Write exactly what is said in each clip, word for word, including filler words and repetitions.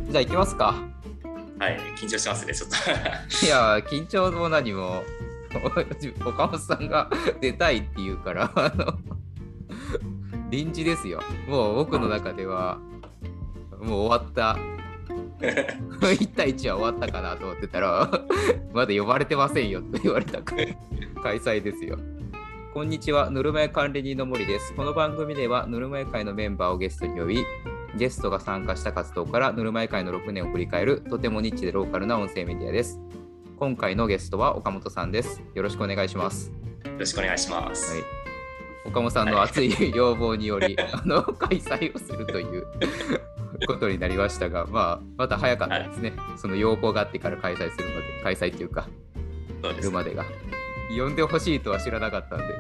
じゃあ行きますか。 はい、緊張しますね、ちょっと。 いや、緊張も何も、岡本さんが出たいって言うから、あの、臨時ですよ。もう僕の中では、もう終わった。いち対いちは終わったかなと思ってたら、まだ呼ばれてませんよと言われたから、開催ですよ。こんにちは、ぬるま湯管理人の森です。この番組では、ぬるま湯会のメンバーをゲストに呼び、ゲストが参加した活動からぬるま湯会のろくねんを振り返る、とてもニッチでローカルな音声メディアです。今回のゲストは岡本さんです。よろしくお願いします。 よろしくお願いします。 はい、岡本さんの熱い要望により、はい、あの開催をするということになりましたが、まあ、また早かったですね。はい、その要望があってから開催するまで、開催というか、 そうでするまでが。呼んでほしいとは知らなかったんで。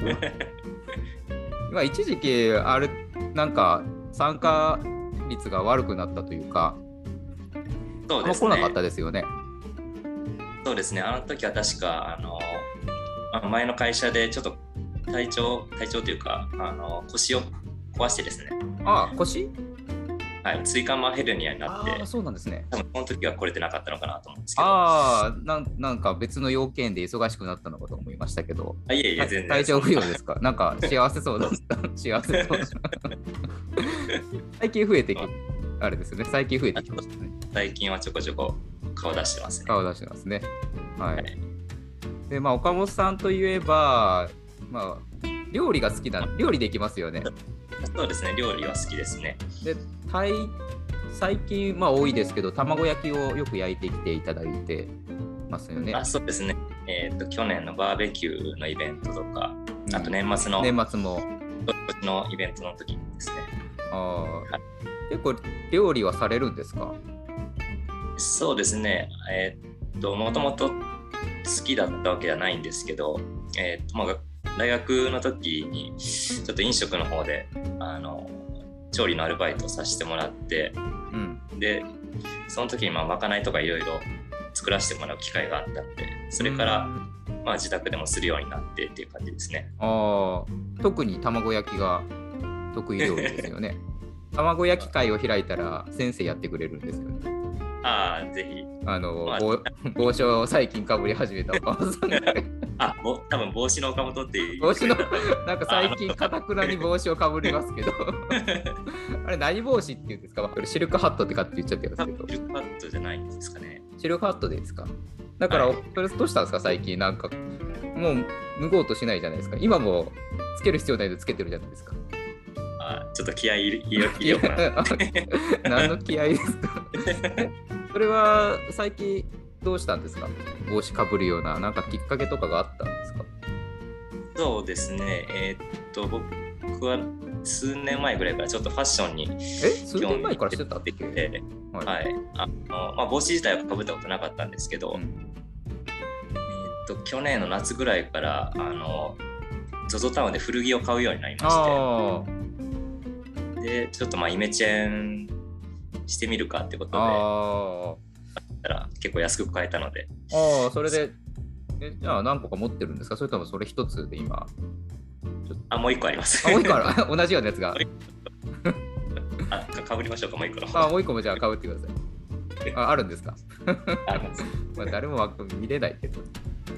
まあ、一時期、あれ、なんか、参加率が悪くなったというか、 そうですね、 あんま来なかったですよね。 そうですね、あの時は確か、あの前の会社でちょっと体調、体調というか、あの腰を壊してですね。 ああ、腰？ はい、椎間板ヘルニアになって、 あ、そうなんですね。 多分この時は来れてなかったのかなと思うんですけど。 ああ、なん、なんか別の要件で忙しくなったのかと思いましたけど。 あ、いえいえ、全然。 体調不良ですか？なんか幸せそうだった。幸せそうだった。最近増えてき、あれですね、最近増えてきましたね。 最近はちょこちょこ顔出してますね。 顔出してますね。はい。はい、で、まあ、岡本さんといえば、まあ、料理が好きな、料理できますよね。 そうですね、料理は好きですね。 で、最最近、まあ多いですけど、卵焼きをよく焼いてきていただいてますよね。 あ、そうですね。えっと、去年のバーベキューのイベントとか、うん、あと年末の、 年末ものイベントの時ですね。 あ、はい、結構料理はされるんですか？ そうですね。えー、っと、もともと好きだったわけじゃないんですけど、えー、っと、まあ、大学の時にちょっと飲食の方であの調理のアルバイトをさせてもらって、うん、でその時にまあまかないとかいろいろ作らせてもらう機会があったので、それから、まあ、自宅でもするようになってっていう感じですね。 あ、特に卵焼きが得意料理ですよね。卵焼き会を開いたら先生やってくれるんですよね。 ああ、ぜひ。 あの、まあ、帽子を最近かぶり始めた岡本さんがあ、多分帽子の岡本っていう。 帽子の、なんか最近かたくなに帽子をかぶりますけどあれ何帽子って言うんですか？シルクハットってかって言っちゃってますけど。 シルクハットじゃないんですかね。 シルクハットでいいですか？だから、はい、それどうしたんですか最近？なんかもう脱ごうとしないじゃないですか。今もつける必要ないのつけてるじゃないですか。 あ、ちょっと気合い入れようかな。 何の気合いですか？それは最近どうしたんですか？帽子かぶるようななんかきっかけとかがあったんですか？ そうですね、えー、っと僕は数年前ぐらいからちょっとファッションにえ数年前からしてたってて、はいはい、あのまあ、帽子自体はかぶったことなかったんですけど、うん、えー、っと去年の夏ぐらいからあの ゾゾ タウンで古着を買うようになりまして、でちょっとまあイメチェンしてみるかってことで、あったら結構安く買えたので。 ああ、それでえじゃあ何個か持ってるんですか？それともそれ一つで今？ あ、もう一個あります。 あ、もう一個ある同じようなやつがあ、かぶりましょうか、もう一個の。 あ、もう一個もじゃあかぶってください。あ、あるんですか？ あります。 まあ誰も見れないけど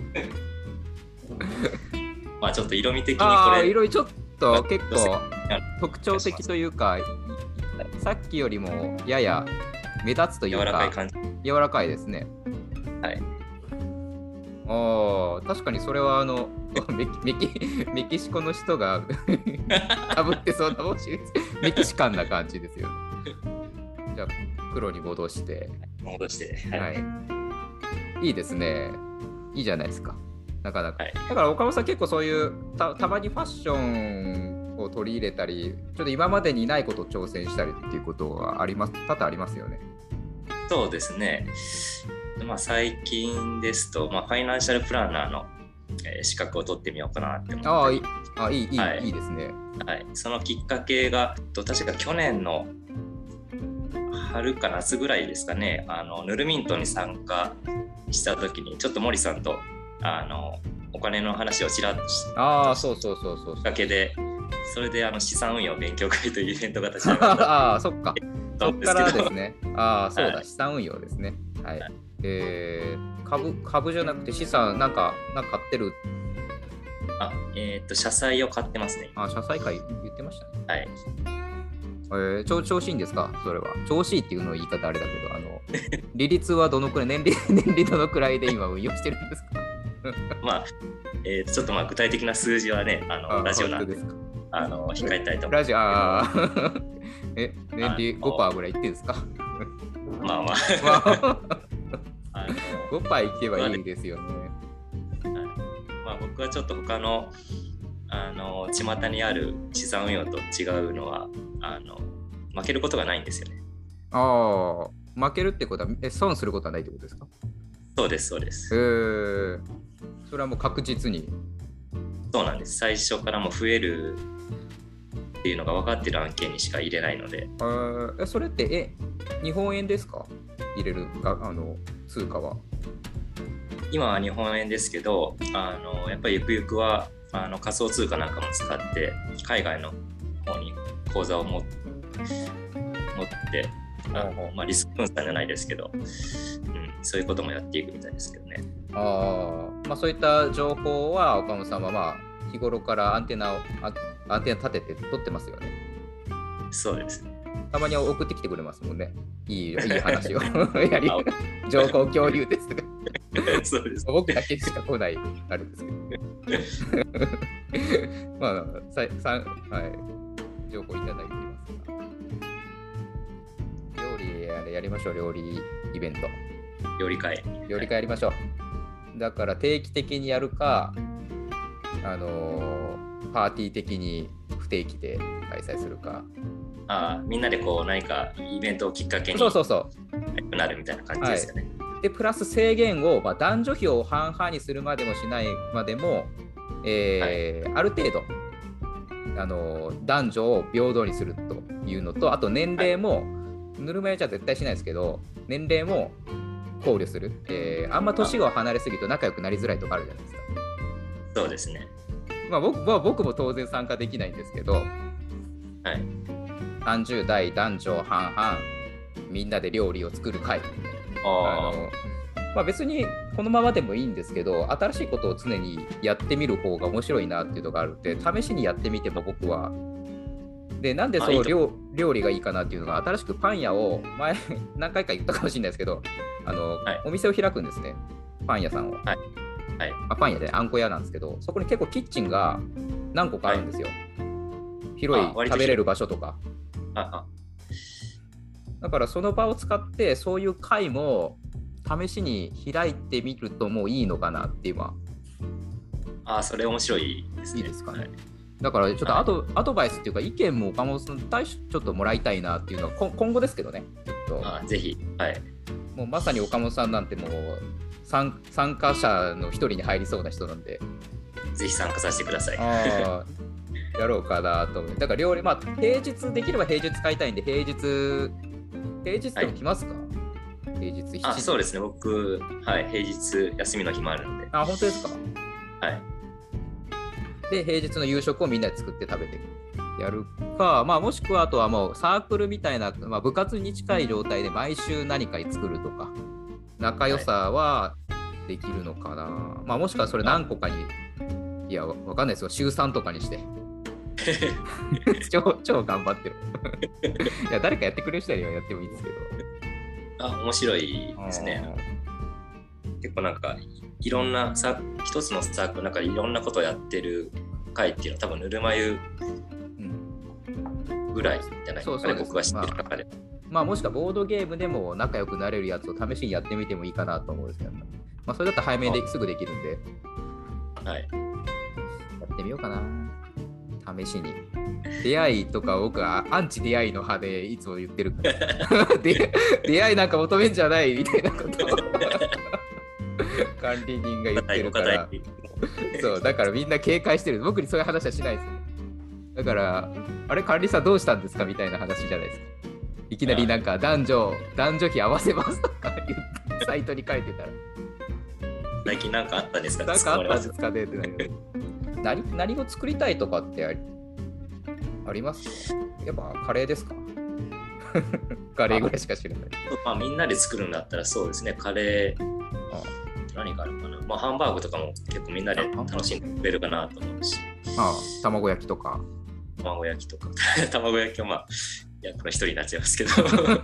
まあちょっと色味的にこれ、 あ、色々ちょっと結構特徴的というか、さっきよりもやや目立つというか柔らかい感じ。 柔らかいですね。 はい。 ああ、確かにそれはあのメキ、メキ、メキシコの人がかぶってそうな帽子です。メキシカンな感じですよね。じゃあ黒に戻して。 戻して。 はい。いいですね。いいじゃないですか。なかなか。はい、だから岡本さん結構そういう た, たまにファッションを取り入れたり、ちょっと今までにないことを挑戦したりっていうことはあります、多々ありますよね。 そうですね。まあ、最近ですと、まあ、ファイナンシャルプランナーの、えー、資格を取ってみようかなって思って。 ああ、いい、あ、いい、いい、はい、いいですね。 はい。そのきっかけが、確か去年の春か夏ぐらいですかね、あのヌルミントに参加した時に、ちょっと森さんとあのお金の話をちらっとした。 ああ、そうそうそうそう。 きっかけで、それであの資産運用勉強会というイベントが立ち上がった。 ああ、そっか。 ったんですけど。 そこからですね。ああ、そうだ、 はい、 資産運用ですね。はい。 はい、 えー、株、株じゃなくて資産、なんか、なんか買ってる。 あ、えっ、と、社債を買ってますね。 あ、社債会言ってましたね。 はい。 えー、調調子いいんですかそれは。調子いいっていうの言い方あれだけど、あの、利率はどのくらい、年利、年利どのくらいで今運用してるんですか？ まあ、えーと、ちょっとまあ具体的な数字はね、あのあラジオなんで、 ですかあの控えたいと思います。 ラジオ、ああ、え、年利 ごパーセント ぐらいいってんですか？ まあまあ、 まあ、 あのごパーセントいけばいいですよね。 まあ、僕はちょっと他のあの巷にある資産運用と違うのはあの負けることがないんですよね。 ああ、負けるってことはえ損することはないってことですか？ そうですそうです。 えー、それはもう確実に。 そうなんです。最初からもう増えるっていうのが分かってる案件にしか入れないので。 えそれってえ日本円ですか？入れるがあの通貨は。 今は日本円ですけど、あのやっぱりゆくゆくはあの仮想通貨なんかも使って海外の方に口座を持ってあの、まあ、リスク分散じゃないですけど、うん、そういうこともやっていくみたいですけどね。 あ、まあ、そういった情報は岡本さんはまあ日頃からアンテナをあアンテナ立てて取ってますよね。 そうですね。 たまに送ってきてくれますもんね。いいいい話をやり情報共有ですとか。 そうです。 僕だけしか来ないあるんですけど。まあささはい、情報いただいていますが。料理ややりましょう、料理イベント。 料理会。 料理会やりましょう。だから定期的にやるか、あのー、パーティー的に不定期で開催するか。 ああ、みんなでこう何かイベントをきっかけにそうそうそうなるみたいな感じですよね。 はい、でプラス制限を、まあ、男女比を半々にするまでもしないまでも、えーはい、ある程度あの男女を平等にするというのと、あと年齢も、はい、ぬるま湯じゃ絶対しないですけど年齢も考慮する、えー、あんま年が離れすぎると仲良くなりづらいとかあるじゃないですか。 そうですね。 まあ 僕, まあ、僕も当然参加できないんですけど、はい、さんじゅう代男女半々みんなで料理を作る会。あのまあ、別にこのままでもいいんですけど、新しいことを常にやってみる方が面白いなっていうのがあるので、試しにやってみても僕は。で、なんでその 料, 料理がいいかなっていうのが、新しくパン屋を前何回か言ったかもしれないですけど、あの、はい、お店を開くんですね、パン屋さんを。はいはい、あパン屋であんこ屋なんですけど、そこに結構キッチンが何個かあるんですよ。はい、広い食べれる場所とか。ああだからその場を使ってそういう会も試しに開いてみるともういいのかなって今。 ああ、それ面白いですね。 いいですかね。はい、だからちょっとアド、はい、アドバイスっていうか意見も岡本さんにちょっともらいたいなっていうのは今後ですけどね。ちょっとあぜひ、はい。 もうまさに岡本さんなんてもう参加者の一人に入りそうな人なんで。 ぜひ参加させてください。 あやろうかなと思う。だから料理、まあ平日できれば平日使いたいんで平日平日でも来ますか？はい、平日しちじ。 あ、そうですね。僕、はい、平日休みの日もあるので。 あ、本当ですか？ はい。 で、平日の夕食をみんなで作って食べてやるか、まあ、もしくはあとはもうサークルみたいな、まあ、部活に近い状態で毎週何か作るとか、仲良さはできるのかな。はい、まあ、もしくはそれ何個かに、いや、わかんないですよ。週さんとかにして。超, 超頑張ってる。いや、誰かやってくれる人にはやってもいいですけど。 あ、面白いですね。結構なんかいろんなさ一つのサークルの中でいろんなことをやってる会っていうのは多分ぬるま湯ぐらいじゃないですかね、僕が知ってる中で。 まあ、もしくはボードゲームでも仲良くなれるやつを試しにやってみてもいいかなと思うんですけど、まあ、それだったら早めですぐできるんで、はい、やってみようかな。試しに出会いとか僕はアンチ出会いの派でいつも言ってるから出, 出会いなんか求めんじゃないみたいなことを管理人が言ってるからそうだからみんな警戒してる。僕にそういう話はしないですよ。だからあれ管理さんどうしたんですかみたいな話じゃないですか。いきなりなんか男女男女比合わせますとか言ってサイトに書いてたら最近なんかあったんですか？ なんかあったんですかねってなる何, 何を作りたいとかって あ, ありますか？やっぱカレーですか？ カレーぐらいしか知らない。 まあ、みんなで作るんだったらそうですね、カレー、 あ何があるかな。まあ、ハンバーグとかも結構みんなで楽しんでくれるかなと思うし、 あ、卵焼きとか。 卵焼きとか、卵焼きはまあ、いや、これ一人になっちゃいますけど。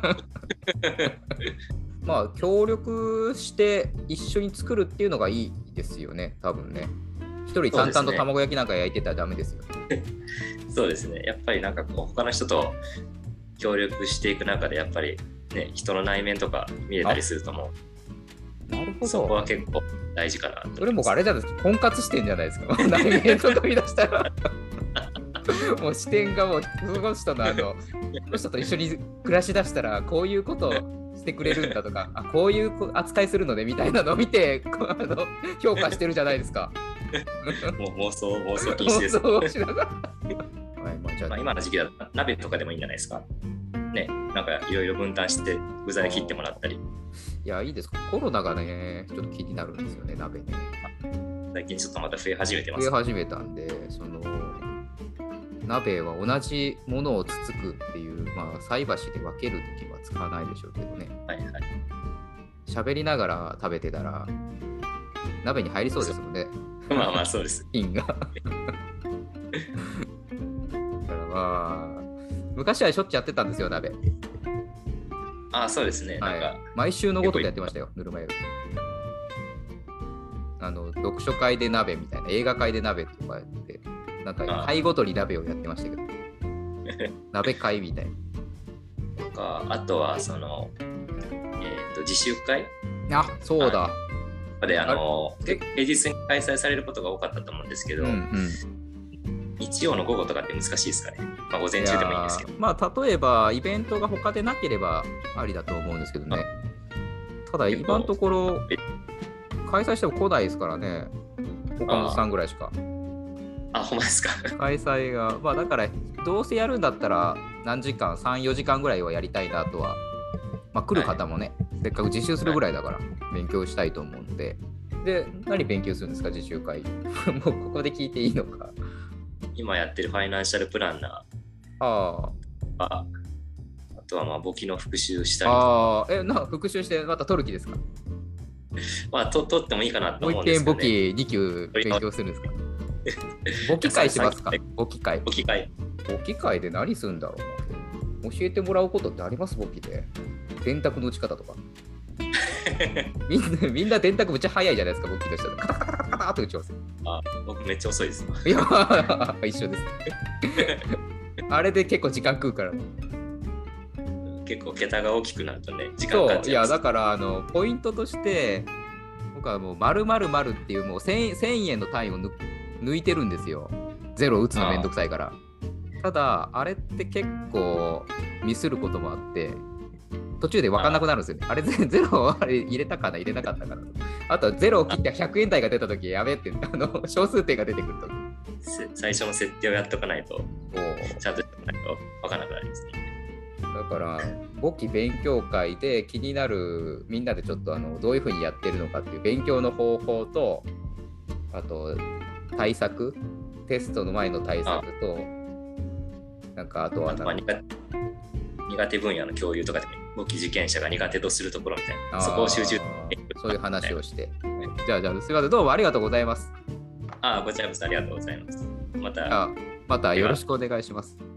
まあ、協力して一緒に作るっていうのがいいですよね、多分ね。一人淡々と卵焼きなんか焼いてたらダメですよ。 そうですね。やっぱりなんかこう他の人と協力していく中でやっぱりね、人の内面とか見れたりすると思う。 なるほど。 そこは結構大事かなと思います。 それもあれじゃないですか、婚活視点じゃないですか。内面とか見出したら。もう視点がもうその人のあの、その人と一緒に暮らしだしたらこういうことをしてくれるんだとか、あ、こういう扱いするのねみたいなのを見てこうあの評価してるじゃないですか。 もう妄想妄想禁止です。 妄想をしながら。はい、まあ、じゃあまあ今の時期だと鍋とかでもいいんじゃないですか。ね、なんかいろいろ分担して具材切ってもらったり。 いや、いいですか。コロナがね、ちょっと気になるんですよね、鍋ね。 最近ちょっとまた増え始めてます。 増え始めたんで、その鍋は同じものをつつくっていう、まあ、菜箸で分けるときは使わないでしょうけどね。 はいはい。 喋りながら食べてたら、鍋に入りそうですもんね。 まあまあそうです。 品が。だからまあ、昔はしょっちゅうやってたんですよ、鍋。 ああ、そうですね。 はい、 なんか毎週のごとくやってましたよ、ぬるま湯。あの、読書会で鍋みたいな、映画会で鍋とかやって、なんか会ごとに鍋をやってましたけど、鍋会みたいな。 とか、あとはその、えっと、自習会あ、そうだ。 で、あの、 え平日に開催されることが多かったと思うんですけど、 うんうん、 日曜の午後とかって難しいですかね。まあ、午前中でもいいんですけど。 まあ、例えば、イベントが他でなければありだと思うんですけどね。ただ、今のところ、開催しても来ないですからね。岡本さんぐらいしか。 あ、ほんまですか。 開催が、まあ、だから、どうせやるんだったら、何時間、さん、よじかんぐらいはやりたいなとは。まあ、来る方もね、はい、せっかく自習するぐらいだから、勉強したいと思うので。で、何勉強するんですか、自習会。もうここで聞いていいのか。 今やってるファイナンシャルプランナあー。ああとは、まあ、簿記の復習したり。 ああ、え、な、復習してまた取る気ですか。 まあ、と取ってもいいかなと思もう一うんですけど、ね。 遍簿記に級勉強するんですか。簿記会しますか。簿記会。 簿記会。 簿記会で何するんだろう。教えてもらうことってあります？簿記で。電卓の打ち方とか。みんな、みんな電卓むっちゃ早いじゃないですか、簿記の人で。カタカタカタカタって打ちます。 あ、僕めっちゃ遅いです。 いや、一緒です。あれで結構時間食うから。 結構桁が大きくなるとね、時間かかっちゃいます。 そう、いや、だからあのポイントとして、僕はもう丸々丸っていうもう 1000, 1000円の単位を 抜, 抜いてるんですよ。ゼロ打つのめんどくさいから。ただ、あれって結構ミスることもあって、途中で分かんなくなるんですよね。あ, あれ、ゼロあれ入れたかな、入れなかったかな。あとはゼロを切ってひゃくえん台が出たとき、やべって、あの小数点が出てくると。 最初の設定をやっとかないと、ちゃんとやっとかないと分からなくなりますね。 だから簿記勉強会で気になるみんなでちょっとあのどういうふうにやってるのかっていう勉強の方法と、あと対策、テストの前の対策と、なんかあとはなんか、まあ、苦, 苦手分野の共有とかで簿記受験者が苦手とするところみたいな、そこを集中そういう話をして、じゃあじゃあすみません、どうもありがとうございます。 ああ、こちらこそありがとうございます。またまたよろしくお願いします。